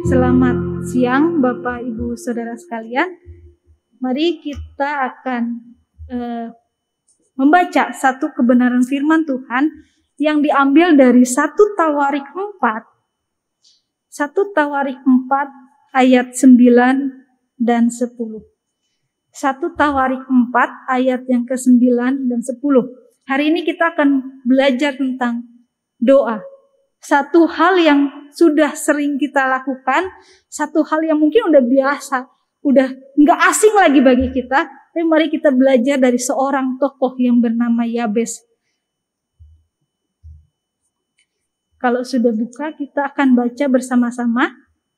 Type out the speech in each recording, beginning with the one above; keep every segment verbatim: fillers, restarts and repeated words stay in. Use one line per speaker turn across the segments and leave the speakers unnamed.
Selamat siang Bapak Ibu Saudara sekalian. Mari kita akan eh, membaca satu kebenaran firman Tuhan yang diambil dari satu Tawarik empat. satu Tawarik empat ayat sembilan dan sepuluh. satu Tawarik empat ayat yang ke sembilan dan sepuluh. Hari ini kita akan belajar tentang doa. Satu hal yang sudah sering kita lakukan, satu hal yang mungkin udah biasa, udah nggak asing lagi bagi kita. Tapi mari kita belajar dari seorang tokoh yang bernama Yabes. Kalau sudah buka, kita akan baca bersama-sama.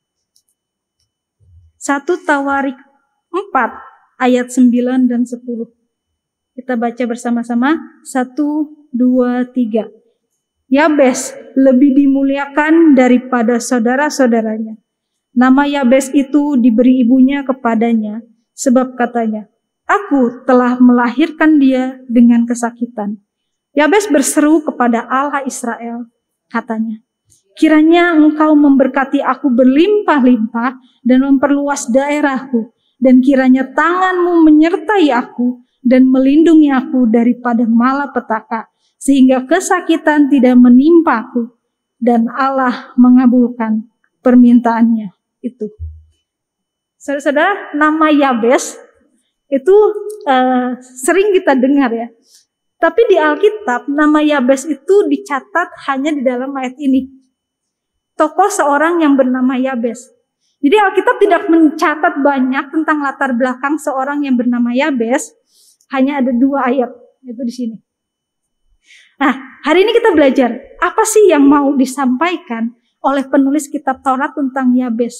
satu Tawarik empat ayat sembilan dan sepuluh. Kita baca bersama-sama. satu, dua, tiga. Yabes lebih dimuliakan daripada saudara-saudaranya. Nama Yabes itu diberi ibunya kepadanya, sebab katanya, aku telah melahirkan dia dengan kesakitan. Yabes berseru kepada Allah Israel, katanya, kiranya engkau memberkati aku berlimpah-limpah dan memperluas daerahku, dan kiranya tanganmu menyertai aku dan melindungi aku daripada malapetaka, sehingga kesakitan tidak menimpaku, dan Allah mengabulkan permintaannya itu. Saudara-saudara, nama Yabes itu uh, sering kita dengar ya. Tapi di Alkitab nama Yabes itu dicatat hanya di dalam ayat ini. Tokoh seorang yang bernama Yabes. Jadi Alkitab tidak mencatat banyak tentang latar belakang seorang yang bernama Yabes. Hanya ada dua ayat, itu di sini. Nah, hari ini kita belajar apa sih yang mau disampaikan oleh penulis kitab Taurat tentang Yabes.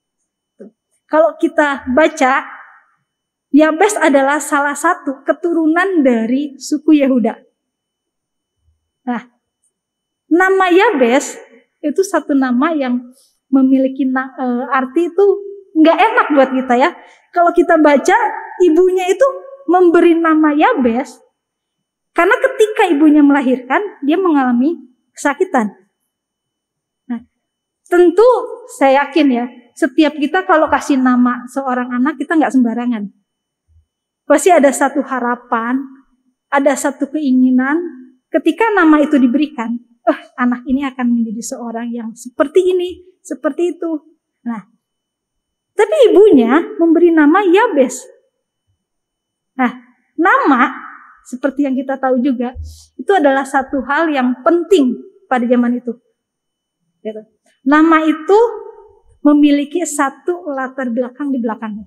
Kalau kita baca, Yabes adalah salah satu keturunan dari suku Yehuda. Nah, nama Yabes itu satu nama yang memiliki e, arti itu nggak enak buat kita ya. Kalau kita baca, ibunya itu memberi nama Yabes karena ketika ibunya melahirkan, dia mengalami kesakitan. Nah, tentu saya yakin ya, setiap kita kalau kasih nama seorang anak, kita nggak sembarangan. Pasti ada satu harapan, ada satu keinginan, ketika nama itu diberikan, oh, anak ini akan menjadi seorang yang seperti ini, seperti itu. Nah, tapi ibunya memberi nama Yabes. Nah, nama seperti yang kita tahu juga, itu adalah satu hal yang penting pada zaman itu. Gitu. Nama itu memiliki satu latar belakang di belakangnya.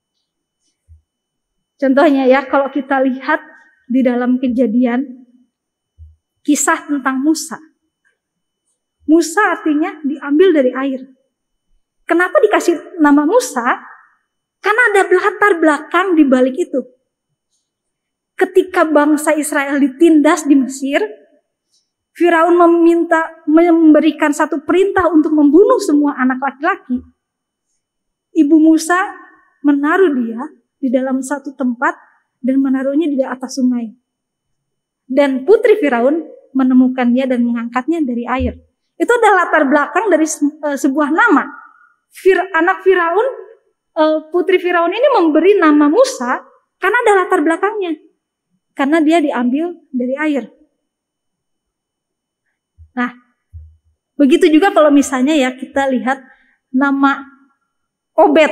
Contohnya ya, kalau kita lihat di dalam Kejadian, kisah tentang Musa. Musa artinya diambil dari air. Kenapa dikasih nama Musa? Karena ada latar belakang di balik itu. Ketika bangsa Israel ditindas di Mesir, Firaun meminta memberikan satu perintah untuk membunuh semua anak laki-laki. Ibu Musa menaruh dia di dalam satu tempat dan menaruhnya di atas sungai. Dan putri Firaun menemukan dia dan mengangkatnya dari air. Itu adalah latar belakang dari sebuah nama. Fir, anak Firaun, putri Firaun ini memberi nama Musa karena ada latar belakangnya. Karena dia diambil dari air. Nah, begitu juga kalau misalnya ya kita lihat nama Obed,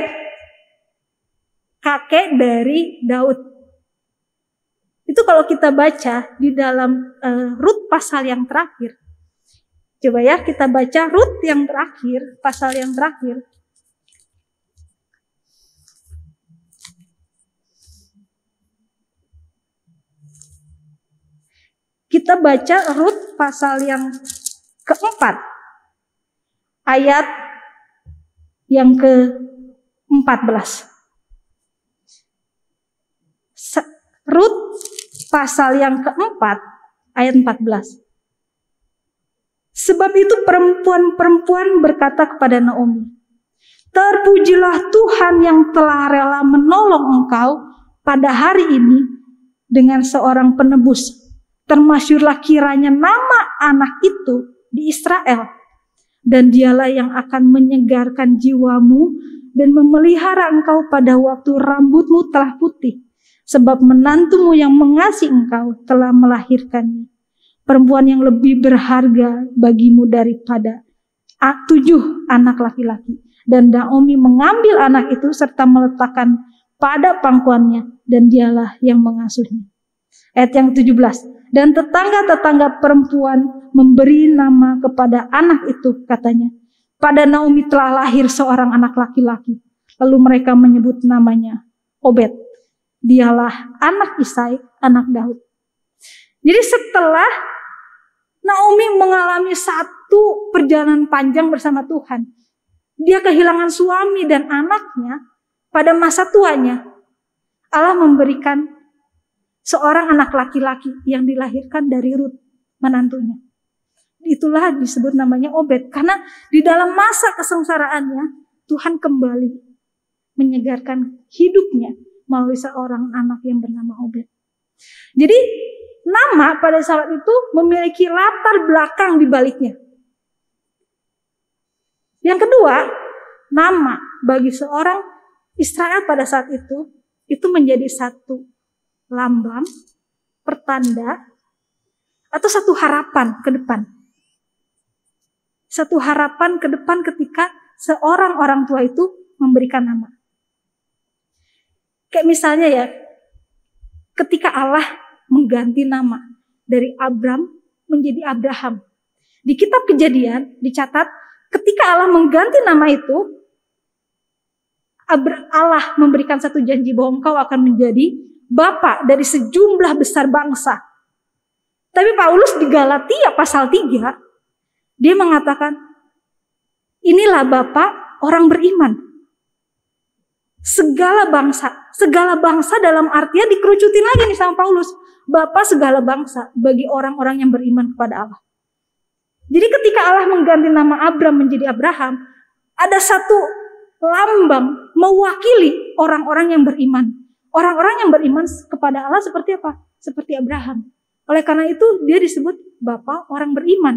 kakek dari Daud. Itu kalau kita baca di dalam uh, Rut pasal yang terakhir. Coba ya kita baca Rut yang terakhir, pasal yang terakhir. Kita baca Rut pasal yang keempat, ayat yang ke empat belas. Rut pasal yang keempat, ayat empat belas. Sebab itu perempuan-perempuan berkata kepada Naomi, terpujilah Tuhan yang telah rela menolong engkau pada hari ini dengan seorang penebus. Termasyurlah kiranya nama anak itu di Israel. dan dialah yang akan menyegarkan jiwamu dan memelihara engkau pada waktu rambutmu telah putih, sebab menantumu yang mengasihi engkau telah melahirkannya, perempuan yang lebih berharga bagimu daripada tujuh anak laki-laki. Dan Naomi mengambil anak itu serta meletakkan pada pangkuannya, dan dialah yang mengasuhnya. Ayat yang tujuh belas. Dan tetangga-tetangga perempuan memberi nama kepada anak itu, katanya, pada Naomi telah lahir seorang anak laki-laki. Lalu mereka menyebut namanya Obed. Dialah anak Isai, anak Daud. Jadi setelah Naomi mengalami satu perjalanan panjang bersama Tuhan, dia kehilangan suami dan anaknya. Pada masa tuanya, Allah memberikan seorang anak laki-laki yang dilahirkan dari Rut, menantunya. Itulah disebut namanya Obed. Karena di dalam masa kesengsaraannya, Tuhan kembali menyegarkan hidupnya melalui seorang anak yang bernama Obed. Jadi nama pada saat itu memiliki latar belakang di baliknya. Yang kedua, nama bagi seorang Israel pada saat itu, itu menjadi satu lambang, pertanda, atau satu harapan ke depan. Satu harapan ke depan ketika seorang orang tua itu memberikan nama. Kayak misalnya ya, ketika Allah mengganti nama dari Abram menjadi Abraham. Di kitab Kejadian dicatat, ketika Allah mengganti nama itu, Allah memberikan satu janji bahwa engkau akan menjadi bapa dari sejumlah besar bangsa. Tapi Paulus di Galatia pasal tiga, dia mengatakan, inilah bapa orang beriman. Segala bangsa, segala bangsa dalam artian dikerucutin lagi nih sama Paulus. Bapa segala bangsa bagi orang-orang yang beriman kepada Allah. Jadi ketika Allah mengganti nama Abram menjadi Abraham, ada satu lambang mewakili orang-orang yang beriman. Orang-orang yang beriman kepada Allah seperti apa? Seperti Abraham. Oleh karena itu dia disebut bapa orang beriman.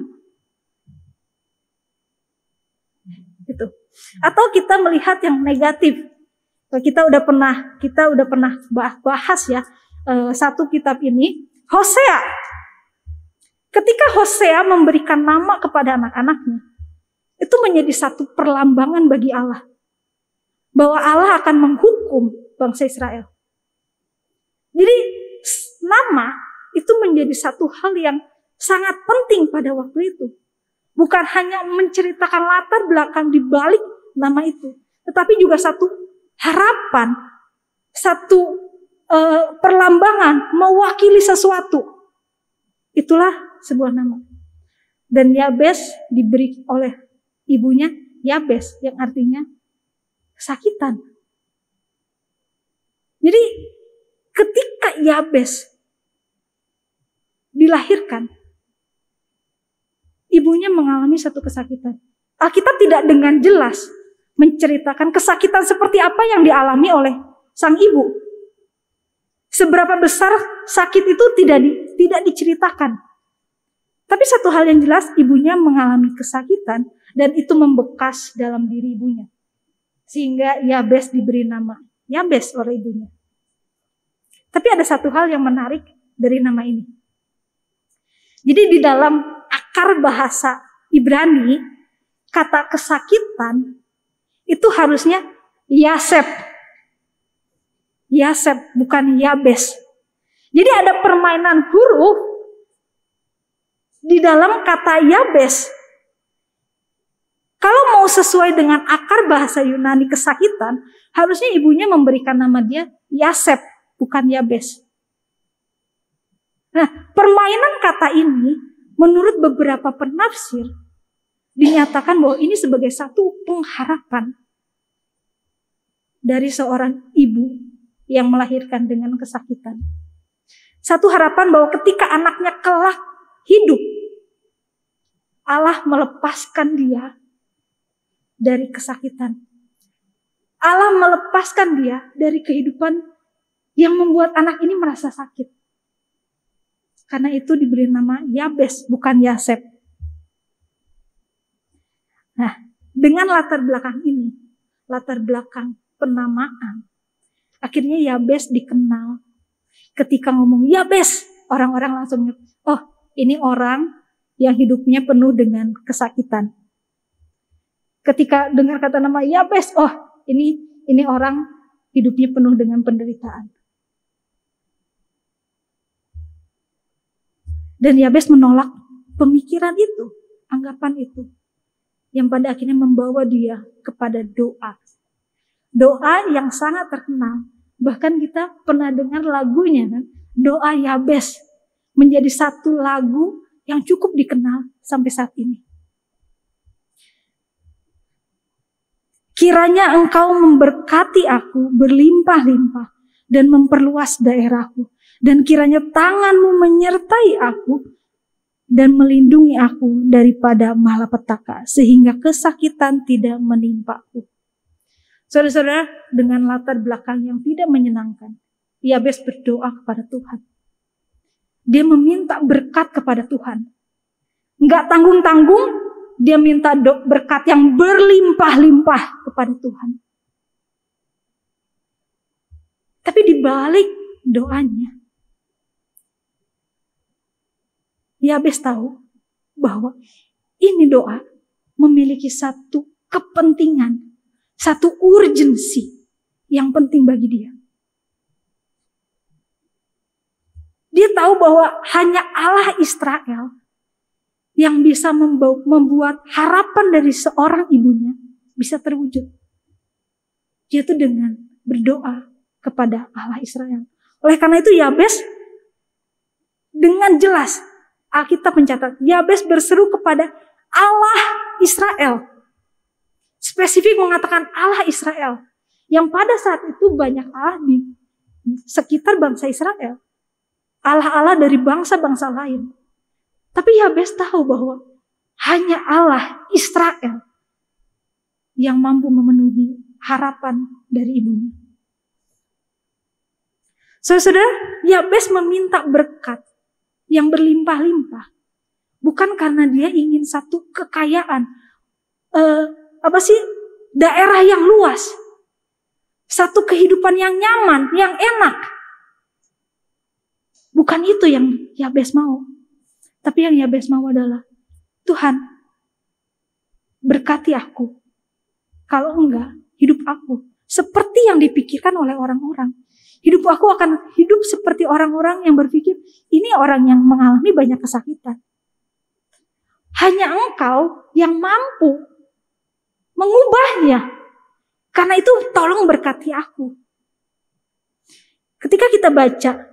Gitu. Atau kita melihat yang negatif. Kita udah pernah kita udah pernah bahas ya satu kitab ini, Hosea. Ketika Hosea memberikan nama kepada anak-anaknya, itu menjadi satu perlambangan bagi Allah bahwa Allah akan menghukum bangsa Israel. Jadi nama itu menjadi satu hal yang sangat penting pada waktu itu. Bukan hanya menceritakan latar belakang di balik nama itu, tetapi juga satu harapan, satu uh, perlambangan mewakili sesuatu. Itulah sebuah nama. Dan Yabes diberi oleh ibunya Yabes, yang artinya kesakitan. Jadi ketika Yabes dilahirkan, ibunya mengalami satu kesakitan. Alkitab tidak dengan jelas menceritakan kesakitan seperti apa yang dialami oleh sang ibu. Seberapa besar sakit itu tidak di, tidak diceritakan. Tapi satu hal yang jelas, ibunya mengalami kesakitan dan itu membekas dalam diri ibunya. Sehingga Yabes diberi nama Yabes oleh ibunya. Tapi ada satu hal yang menarik dari nama ini. Jadi di dalam akar bahasa Ibrani, kata kesakitan itu harusnya Yaseb. Yaseb, bukan Yabes. Jadi ada permainan huruf di dalam kata Yabes. Kalau mau sesuai dengan akar bahasa Yunani kesakitan, harusnya ibunya memberikan nama dia Yaseb, bukan Yabes. Nah, permainan kata ini menurut beberapa penafsir dinyatakan bahwa ini sebagai satu pengharapan dari seorang ibu yang melahirkan dengan kesakitan. Satu harapan bahwa ketika anaknya kelak hidup, Allah melepaskan dia dari kesakitan. Allah melepaskan dia dari kehidupan yang membuat anak ini merasa sakit. Karena itu diberi nama Yabes, bukan Yaseb. Nah, dengan latar belakang ini, latar belakang penamaan, akhirnya Yabes dikenal. Ketika ngomong Yabes, orang-orang langsung, oh ini orang yang hidupnya penuh dengan kesakitan. Ketika dengar kata nama Yabes, oh ini ini orang hidupnya penuh dengan penderitaan. Dan Yabes menolak pemikiran itu, anggapan itu, yang pada akhirnya membawa dia kepada doa. Doa yang sangat terkenal. Bahkan kita pernah dengar lagunya kan, doa Yabes menjadi satu lagu yang cukup dikenal sampai saat ini. Kiranya engkau memberkati aku berlimpah-limpah dan memperluas daerahku. Dan kiranya tanganmu menyertai aku dan melindungi aku daripada malapetaka sehingga kesakitan tidak menimpaku. Saudara-saudara, dengan latar belakang yang tidak menyenangkan, Yabes berdoa kepada Tuhan. Dia meminta berkat kepada Tuhan. Enggak tanggung-tanggung, dia minta berkat yang berlimpah-limpah kepada Tuhan. Tapi di balik doanya, Yabes tahu bahwa ini doa memiliki satu kepentingan, satu urgensi yang penting bagi dia. Dia tahu bahwa hanya Allah Israel yang bisa membuat harapan dari seorang ibunya bisa terwujud. Yaitu dengan berdoa kepada Allah Israel. Oleh karena itu Yabes dengan jelas Alkitab mencatat, Yabes berseru kepada Allah Israel. Spesifik mengatakan Allah Israel. Yang pada saat itu banyak Allah di sekitar bangsa Israel. Allah-Allah dari bangsa-bangsa lain. Tapi Yabes tahu bahwa hanya Allah Israel yang mampu memenuhi harapan dari ibunya. Saudara, Yabes meminta berkat yang berlimpah-limpah. Bukan karena dia ingin satu kekayaan. Eh, apa sih? Daerah yang luas. Satu kehidupan yang nyaman, yang enak. Bukan itu yang Yabes mau. Tapi yang Yabes mau adalah, Tuhan, berkati aku. Kalau enggak, hidup aku seperti yang dipikirkan oleh orang-orang. Hidup aku akan hidup seperti orang-orang yang berpikir, ini orang yang mengalami banyak kesakitan. Hanya engkau yang mampu mengubahnya. Karena itu tolong berkati aku. Ketika kita baca,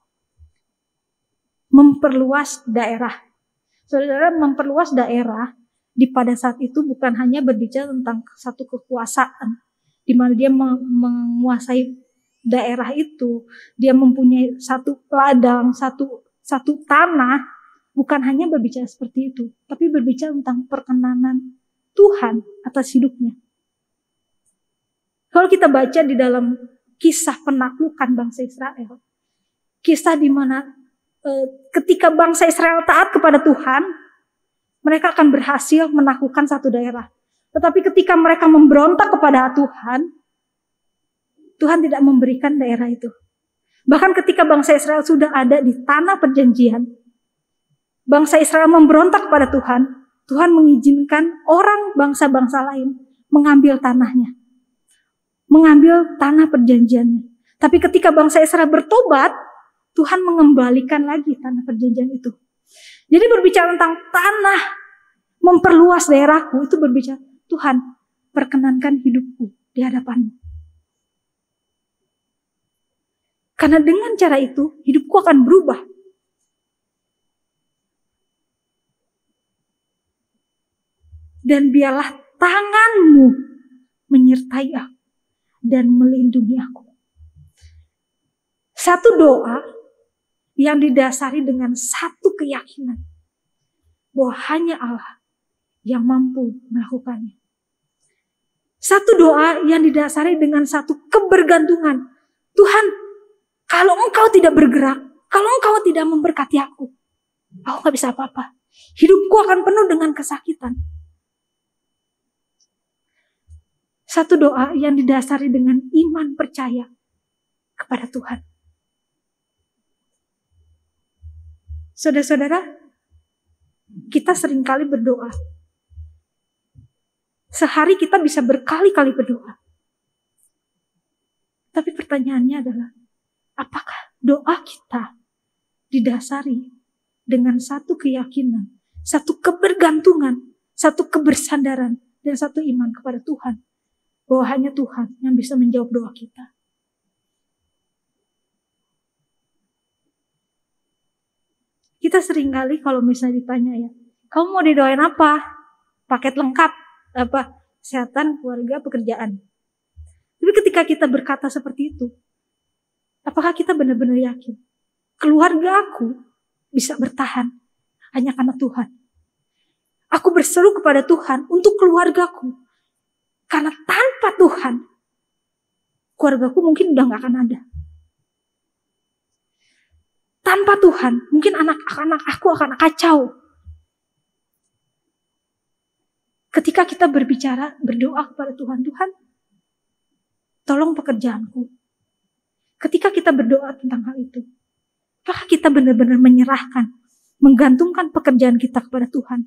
memperluas daerah. Saudara, memperluas daerah di pada saat itu bukan hanya berbicara tentang satu kekuasaan. Di mana dia menguasai daerah itu, dia mempunyai satu ladang, satu satu tanah, bukan hanya berbicara seperti itu, tapi berbicara tentang perkenanan Tuhan atas hidupnya. Kalau kita baca di dalam kisah penaklukan bangsa Israel, kisah di mana e, ketika bangsa Israel taat kepada Tuhan, mereka akan berhasil menaklukkan satu daerah. Tetapi ketika mereka memberontak kepada Tuhan, Tuhan tidak memberikan daerah itu. Bahkan ketika bangsa Israel sudah ada di tanah perjanjian, bangsa Israel memberontak kepada Tuhan, Tuhan mengizinkan orang bangsa-bangsa lain mengambil tanahnya. Mengambil tanah perjanjiannya. Tapi ketika bangsa Israel bertobat, Tuhan mengembalikan lagi tanah perjanjian itu. Jadi berbicara tentang tanah, memperluas daerahku, itu berbicara, Tuhan, perkenankan hidupku di hadapan-Mu. Karena dengan cara itu, hidupku akan berubah. Dan biarlah tangan-Mu menyertai aku dan melindungi aku. Satu doa yang didasari dengan satu keyakinan bahwa hanya Allah yang mampu melakukannya. Satu doa yang didasari dengan satu kebergantungan. Tuhan, kalau Engkau tidak bergerak, kalau Engkau tidak memberkati aku, aku gak bisa apa-apa. Hidupku akan penuh dengan kesakitan. Satu doa yang didasari dengan iman percaya kepada Tuhan. Saudara-saudara, kita seringkali berdoa. Sehari kita bisa berkali-kali berdoa. Tapi pertanyaannya adalah, apakah doa kita didasari dengan satu keyakinan, satu kebergantungan, satu kebersandaran, dan satu iman kepada Tuhan? Bahwa hanya Tuhan yang bisa menjawab doa kita. Kita seringkali kalau misalnya ditanya ya, kamu mau didoain apa? Paket lengkap, apa? Kesehatan, keluarga, pekerjaan. Tapi ketika kita berkata seperti itu, apakah kita benar-benar yakin keluarga aku bisa bertahan hanya karena Tuhan? Aku berseru kepada Tuhan untuk keluargaku. Karena tanpa Tuhan, keluargaku mungkin udah gak akan ada. Tanpa Tuhan, mungkin anak-anak aku akan kacau. Ketika kita berbicara, berdoa kepada Tuhan, Tuhan, tolong pekerjaanku. Ketika kita berdoa tentang hal itu, apakah kita benar-benar menyerahkan, menggantungkan pekerjaan kita kepada Tuhan?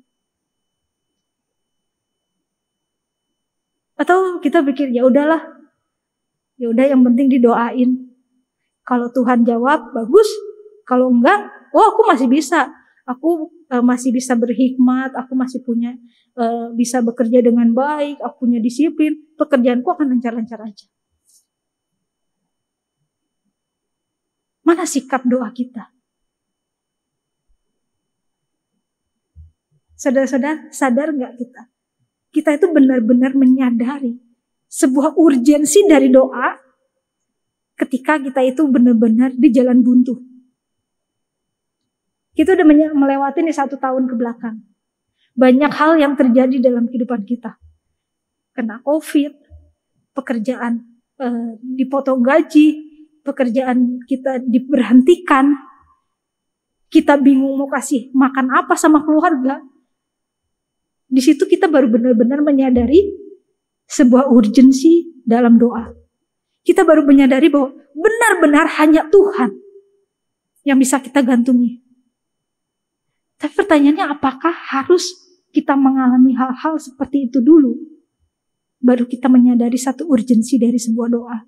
Atau kita pikir, ya udahlah, ya udah yang penting didoain. Kalau Tuhan jawab, bagus. Kalau enggak, oh aku masih bisa. Aku uh, masih bisa berhikmat, aku masih punya uh, bisa bekerja dengan baik, aku punya disiplin, pekerjaanku akan lancar-lancar aja. Mana sikap doa kita? Saudara-saudara, sadar nggak kita? Kita itu benar-benar menyadari sebuah urgensi dari doa ketika kita itu benar-benar di jalan buntu. Kita udah melewati nih satu tahun ke belakang. Banyak hal yang terjadi dalam kehidupan kita. Kena COVID, pekerjaan eh, dipotong gaji, pekerjaan kita diberhentikan, kita bingung mau kasih makan apa sama keluarga. Di situ kita baru benar-benar menyadari sebuah urgensi dalam doa. Kita baru menyadari bahwa benar-benar hanya Tuhan yang bisa kita gantungi. Tapi pertanyaannya, apakah harus kita mengalami hal-hal seperti itu dulu, baru kita menyadari satu urgensi dari sebuah doa?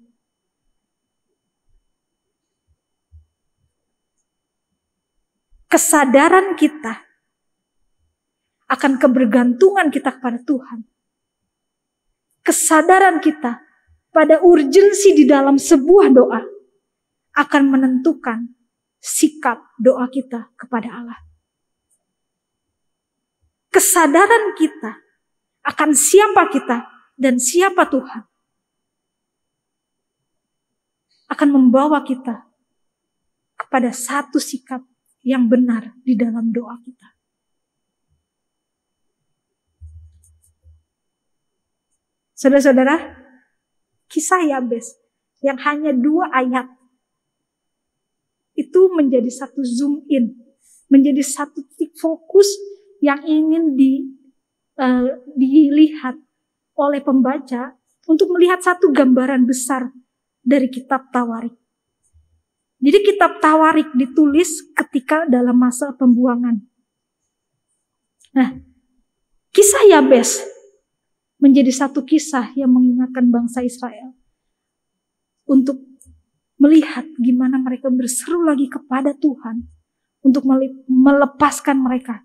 Kesadaran kita akan kebergantungan kita kepada Tuhan, kesadaran kita pada urgensi di dalam sebuah doa akan menentukan sikap doa kita kepada Allah. Kesadaran kita akan siapa kita dan siapa Tuhan akan membawa kita kepada satu sikap yang benar di dalam doa kita. Saudara-saudara, kisah Yabes yang hanya dua ayat itu menjadi satu zoom in, menjadi satu titik fokus yang ingin di, uh, dilihat oleh pembaca untuk melihat satu gambaran besar dari kitab Tawarik. Jadi kitab Tawarik ditulis ketika dalam masa pembuangan. Nah, kisah Yabes menjadi satu kisah yang mengingatkan bangsa Israel untuk melihat gimana mereka berseru lagi kepada Tuhan untuk melepaskan mereka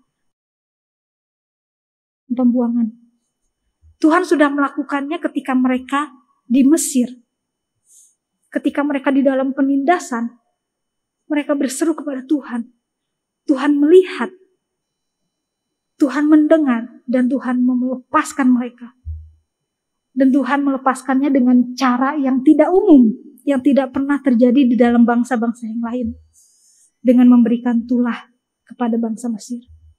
pembuangan. Tuhan sudah melakukannya ketika mereka di Mesir. Ketika mereka di dalam penindasan, mereka berseru kepada Tuhan. Tuhan melihat, Tuhan mendengar, dan Tuhan melepaskan mereka. Dan Tuhan melepaskannya dengan cara yang tidak umum, yang tidak pernah terjadi di dalam bangsa-bangsa yang lain. Dengan memberikan tulah kepada bangsa Mesir.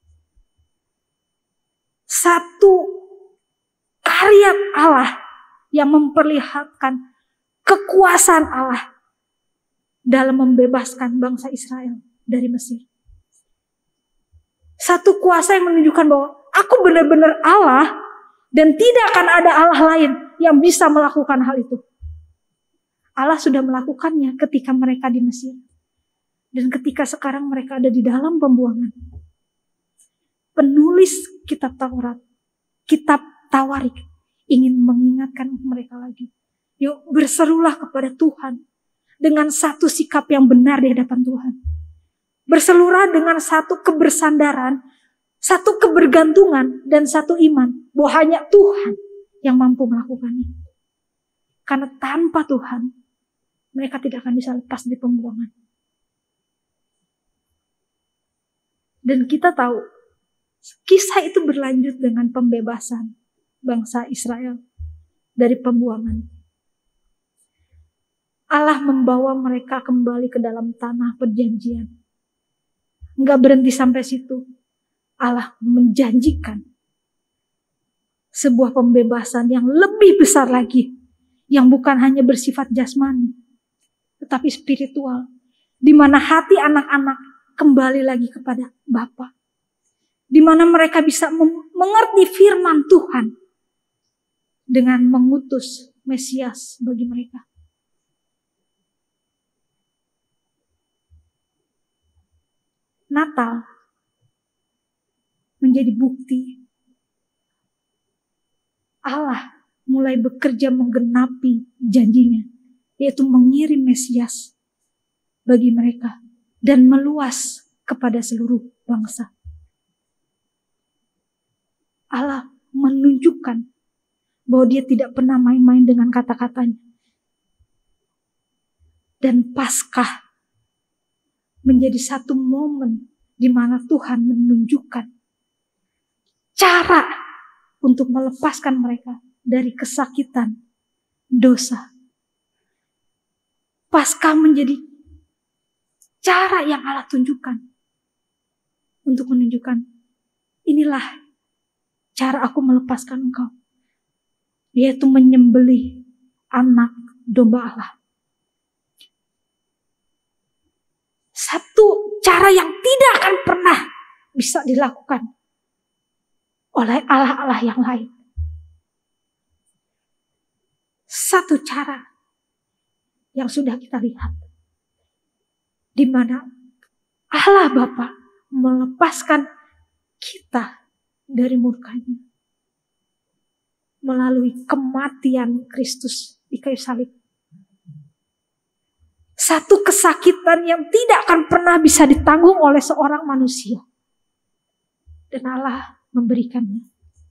Satu karya Allah yang memperlihatkan kekuasaan Allah dalam membebaskan bangsa Israel dari Mesir. Satu kuasa yang menunjukkan bahwa aku benar-benar Allah Dan tidak akan ada Allah lain yang bisa melakukan hal itu. Allah sudah melakukannya ketika mereka di Mesir. Dan ketika sekarang mereka ada di dalam pembuangan. Penulis kitab Taurat, kitab Tawarik, ingin mengingatkan mereka lagi. Yuk berserulah kepada Tuhan dengan satu sikap yang benar di hadapan Tuhan. Berseluruh dengan satu kebersandaran, satu kebergantungan, dan satu iman bahwa hanya Tuhan yang mampu melakukannya. Karena tanpa Tuhan, mereka tidak akan bisa lepas di pembuangan. Dan kita tahu, kisah itu berlanjut dengan pembebasan bangsa Israel dari pembuangan. Allah membawa mereka kembali ke dalam tanah perjanjian. Enggak berhenti sampai situ. Allah menjanjikan sebuah pembebasan yang lebih besar lagi. Yang bukan hanya bersifat jasmani, tetapi spiritual. Di mana hati anak-anak kembali lagi kepada Bapa. Di mana mereka bisa mengerti firman Tuhan dengan mengutus Mesias bagi mereka. Natal menjadi bukti Allah mulai bekerja menggenapi janjinya, yaitu mengirim Mesias bagi mereka dan meluas kepada seluruh bangsa. Allah menunjukkan bahwa dia tidak pernah main-main dengan kata-katanya. Dan Paskah menjadi satu momen di mana Tuhan menunjukkan cara untuk melepaskan mereka dari kesakitan dosa. Paskah menjadi cara yang Allah tunjukkan untuk menunjukkan inilah cara aku melepaskan engkau, yaitu menyembelih anak domba Allah. Satu cara yang tidak akan pernah bisa dilakukan oleh Allah-Allah yang lain. Satu cara yang sudah kita lihat, di mana Allah Bapa melepaskan kita dari murkanya melalui kematian Kristus di kayu salib. Satu kesakitan yang tidak akan pernah bisa ditanggung oleh seorang manusia. Dan Allah memberikannya.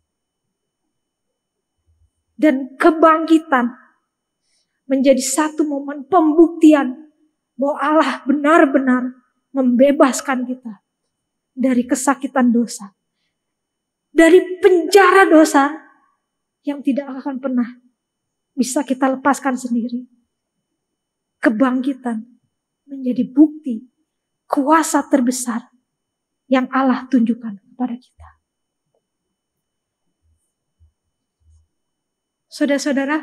Dan kebangkitan menjadi satu momen pembuktian bahwa Allah benar-benar membebaskan kita dari kesakitan dosa. Dari penjara dosa yang tidak akan pernah bisa kita lepaskan sendiri. Kebangkitan menjadi bukti kuasa terbesar yang Allah tunjukkan kepada kita. Saudara-saudara,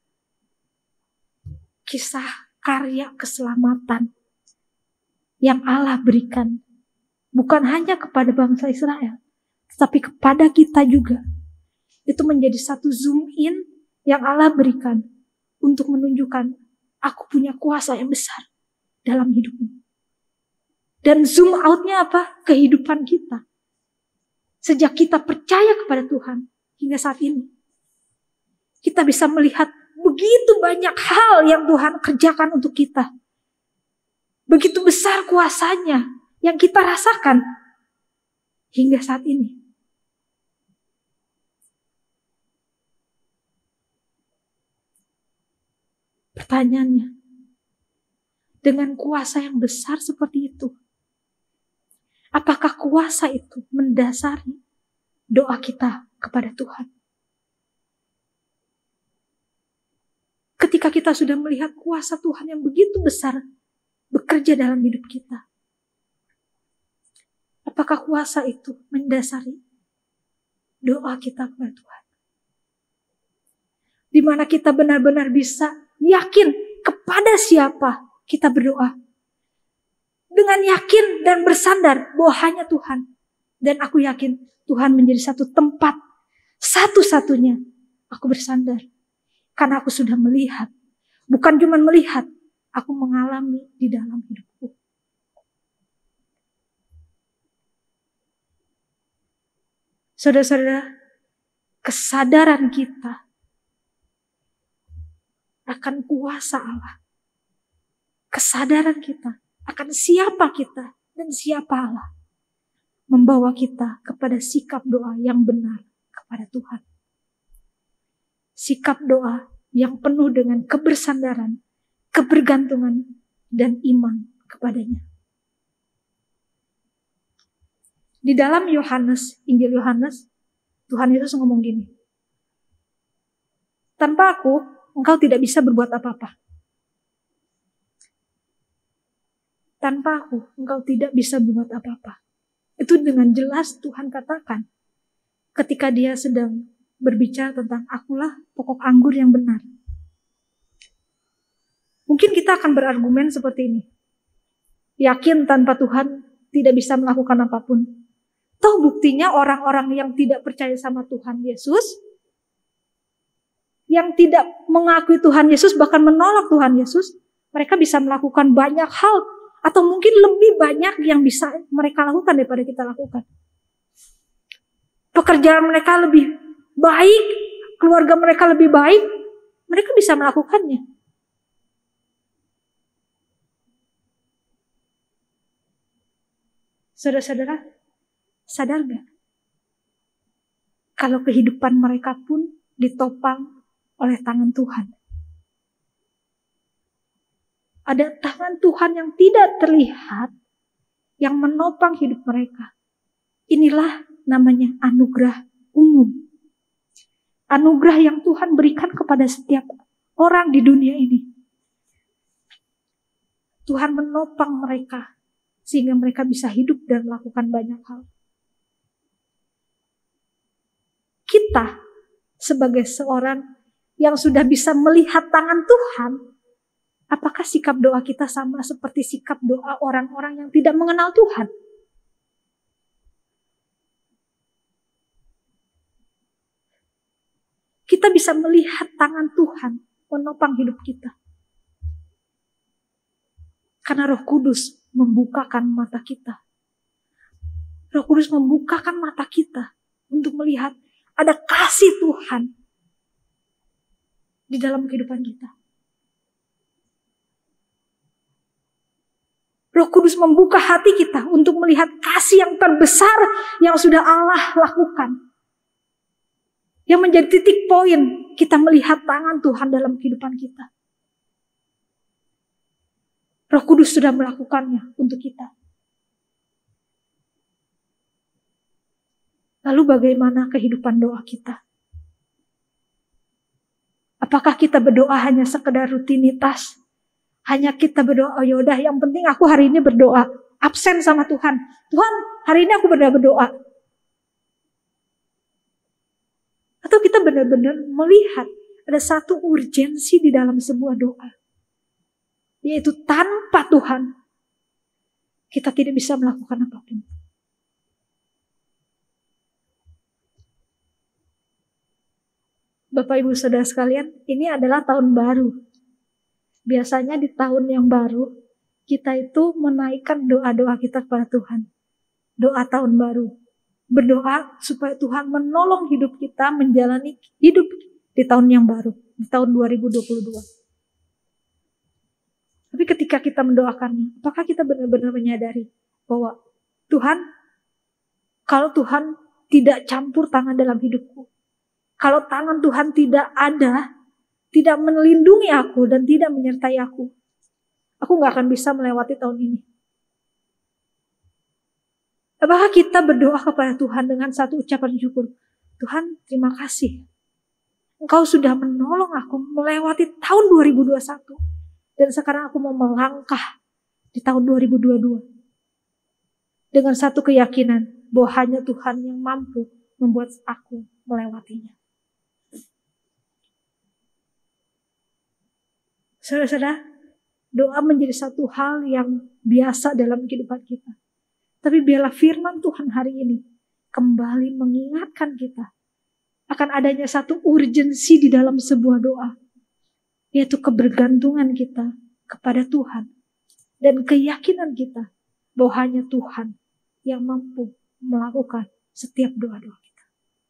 kisah karya keselamatan yang Allah berikan bukan hanya kepada bangsa Israel, tetapi kepada kita juga. Itu menjadi satu zoom in yang Allah berikan untuk menunjukkan aku punya kuasa yang besar dalam hidupmu. Dan zoom outnya apa? Kehidupan kita. Sejak kita percaya kepada Tuhan hingga saat ini, kita bisa melihat begitu banyak hal yang Tuhan kerjakan untuk kita. Begitu besar kuasanya yang kita rasakan hingga saat ini. Pertanyaannya, dengan kuasa yang besar seperti itu, apakah kuasa itu mendasari doa kita kepada Tuhan? Ketika kita sudah melihat kuasa Tuhan yang begitu besar bekerja dalam hidup kita, apakah kuasa itu mendasari doa kita kepada Tuhan? Di mana kita benar-benar bisa yakin kepada siapa kita berdoa. Dengan yakin dan bersandar bahwa hanya Tuhan. Dan aku yakin Tuhan menjadi satu tempat, Satu-satunya aku bersandar. Karena aku sudah melihat. Bukan cuma melihat, aku mengalami di dalam hidupku. Saudara-saudara, kesadaran kita akan kuasa Allah. Kesadaran kita akan siapa kita dan siapa Allah membawa kita kepada sikap doa yang benar kepada Tuhan. Sikap doa yang penuh dengan kebersandaran, kebergantungan, dan iman kepadanya. Di dalam Yohanes, Injil Yohanes, Tuhan Yesus ngomong gini, tanpa aku, engkau tidak bisa berbuat apa-apa. Tanpa aku, engkau tidak bisa berbuat apa-apa. Itu dengan jelas Tuhan katakan ketika dia sedang berbicara tentang akulah pokok anggur yang benar. Mungkin kita akan berargumen seperti ini. Yakin tanpa Tuhan tidak bisa melakukan apapun. Toh buktinya orang-orang yang tidak percaya sama Tuhan Yesus, yang tidak mengakui Tuhan Yesus, bahkan menolak Tuhan Yesus, mereka bisa melakukan banyak hal, atau mungkin lebih banyak yang bisa mereka lakukan daripada kita lakukan. Pekerjaan mereka lebih baik, keluarga mereka lebih baik, mereka bisa melakukannya. Saudara-saudara, sadar gak? Kalau kehidupan mereka pun ditopang oleh tangan Tuhan. Ada tangan Tuhan yang tidak terlihat, yang menopang hidup mereka. Inilah namanya anugerah umum. Anugerah yang Tuhan berikan kepada setiap orang di dunia ini. Tuhan menopang mereka sehingga mereka bisa hidup dan melakukan banyak hal. Kita sebagai seorang yang sudah bisa melihat tangan Tuhan, apakah sikap doa kita sama seperti sikap doa orang-orang yang tidak mengenal Tuhan? Kita bisa melihat tangan Tuhan menopang hidup kita. Karena Roh Kudus membukakan mata kita. Roh Kudus membukakan mata kita untuk melihat ada kasih Tuhan di dalam kehidupan kita. Roh Kudus membuka hati kita untuk melihat kasih yang terbesar yang sudah Allah lakukan. Yang menjadi titik poin kita melihat tangan Tuhan dalam kehidupan kita. Roh Kudus sudah melakukannya untuk kita. Lalu bagaimana kehidupan doa kita? Apakah kita berdoa hanya sekedar rutinitas? Hanya kita berdoa, oh yaudah yang penting aku hari ini berdoa. Absen sama Tuhan. Tuhan hari ini aku berdoa berdoa. Atau kita benar-benar melihat ada satu urgensi di dalam sebuah doa. Yaitu tanpa Tuhan kita tidak bisa melakukan apapun. Bapak Ibu Saudara sekalian, ini adalah tahun baru. Biasanya di tahun yang baru kita itu menaikkan doa-doa kita kepada Tuhan. Doa tahun baru. Berdoa supaya Tuhan menolong hidup kita menjalani hidup di tahun yang baru, di tahun dua ribu dua puluh dua. Tapi ketika kita mendoakannya, apakah kita benar-benar menyadari bahwa Tuhan, kalau Tuhan tidak campur tangan dalam hidupku, kalau tangan Tuhan tidak ada, tidak melindungi aku dan tidak menyertai aku, aku gak akan bisa melewati tahun ini. Apakah kita berdoa kepada Tuhan dengan satu ucapan syukur? Tuhan, terima kasih. Engkau sudah menolong aku melewati tahun dua ribu dua puluh satu. Dan sekarang aku mau melangkah di tahun dua ribu dua puluh dua. Dengan satu keyakinan bahwa hanya Tuhan yang mampu membuat aku melewatinya. Saudara-saudara, doa menjadi satu hal yang biasa dalam kehidupan kita. Tapi biarlah firman Tuhan hari ini kembali mengingatkan kita akan adanya satu urgensi di dalam sebuah doa, yaitu kebergantungan kita kepada Tuhan dan keyakinan kita bahwa hanya Tuhan yang mampu melakukan setiap doa-doa kita.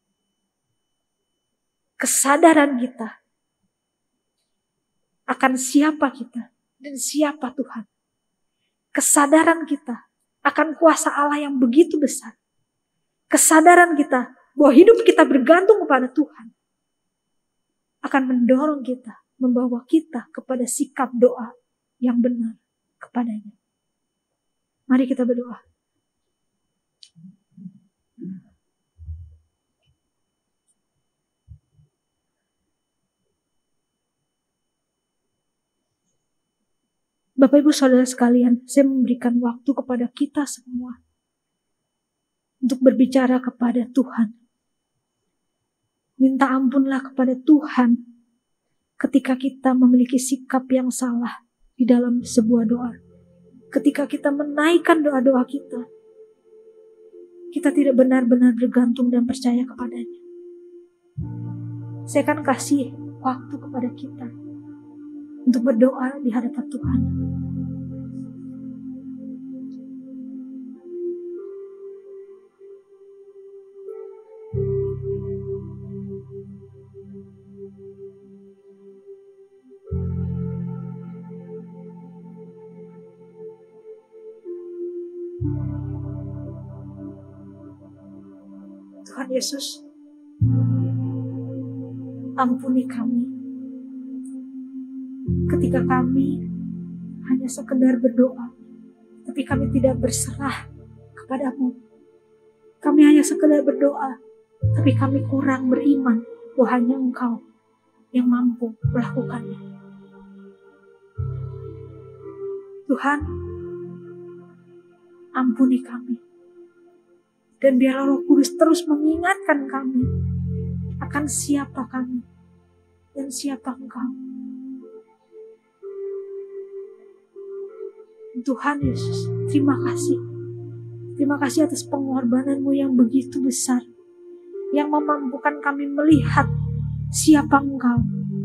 Kesadaran kita akan siapa kita dan siapa Tuhan. Kesadaran kita akan kuasa Allah yang begitu besar. Kesadaran kita bahwa hidup kita bergantung kepada Tuhan akan mendorong kita, membawa kita kepada sikap doa yang benar kepadanya. Mari kita berdoa. Bapak Ibu Saudara sekalian, saya memberikan waktu kepada kita semua untuk berbicara kepada Tuhan. Minta ampunlah kepada Tuhan ketika kita memiliki sikap yang salah di dalam sebuah doa. Ketika kita menaikkan doa-doa kita, kita tidak benar-benar bergantung dan percaya kepadanya. Saya akan kasih waktu kepada kita untuk berdoa di hadapan Tuhan. Tuhan Yesus, ampuni kami ketika kami hanya sekedar berdoa, tapi kami tidak berserah kepadamu. Kami hanya sekedar berdoa, tapi kami kurang beriman bahwa hanya Engkau yang mampu melakukannya. Tuhan, ampuni kami. Dan biarlah Roh Kudus terus mengingatkan kami akan siapa kami dan siapa Engkau. Tuhan Yesus, terima kasih. Terima kasih atas pengorbanan-Mu yang begitu besar, yang memampukan kami melihat siapa Engkau.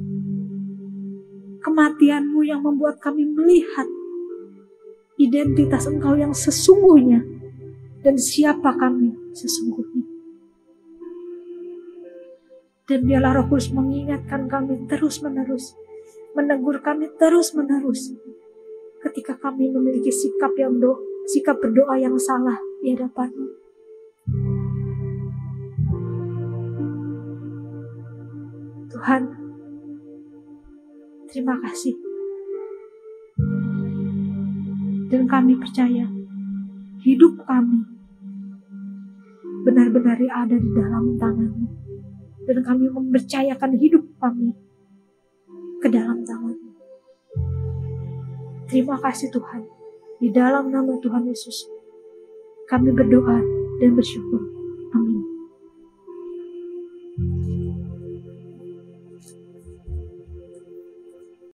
Kematian-Mu yang membuat kami melihat identitas Engkau yang sesungguhnya dan siapa kami sesungguhnya. Dan biarlah Roh Kudus mengingatkan kami terus-menerus, menegur kami terus-menerus ketika kami memiliki sikap yang do, sikap berdoa yang salah di hadapan-Mu. Tuhan, terima kasih. Dan kami percaya hidup kami benar-benar ada di dalam tangan-Mu. Dan kami mempercayakan hidup kami ke dalam tangan-Mu. Terima kasih Tuhan. Di dalam nama Tuhan Yesus, kami berdoa dan bersyukur.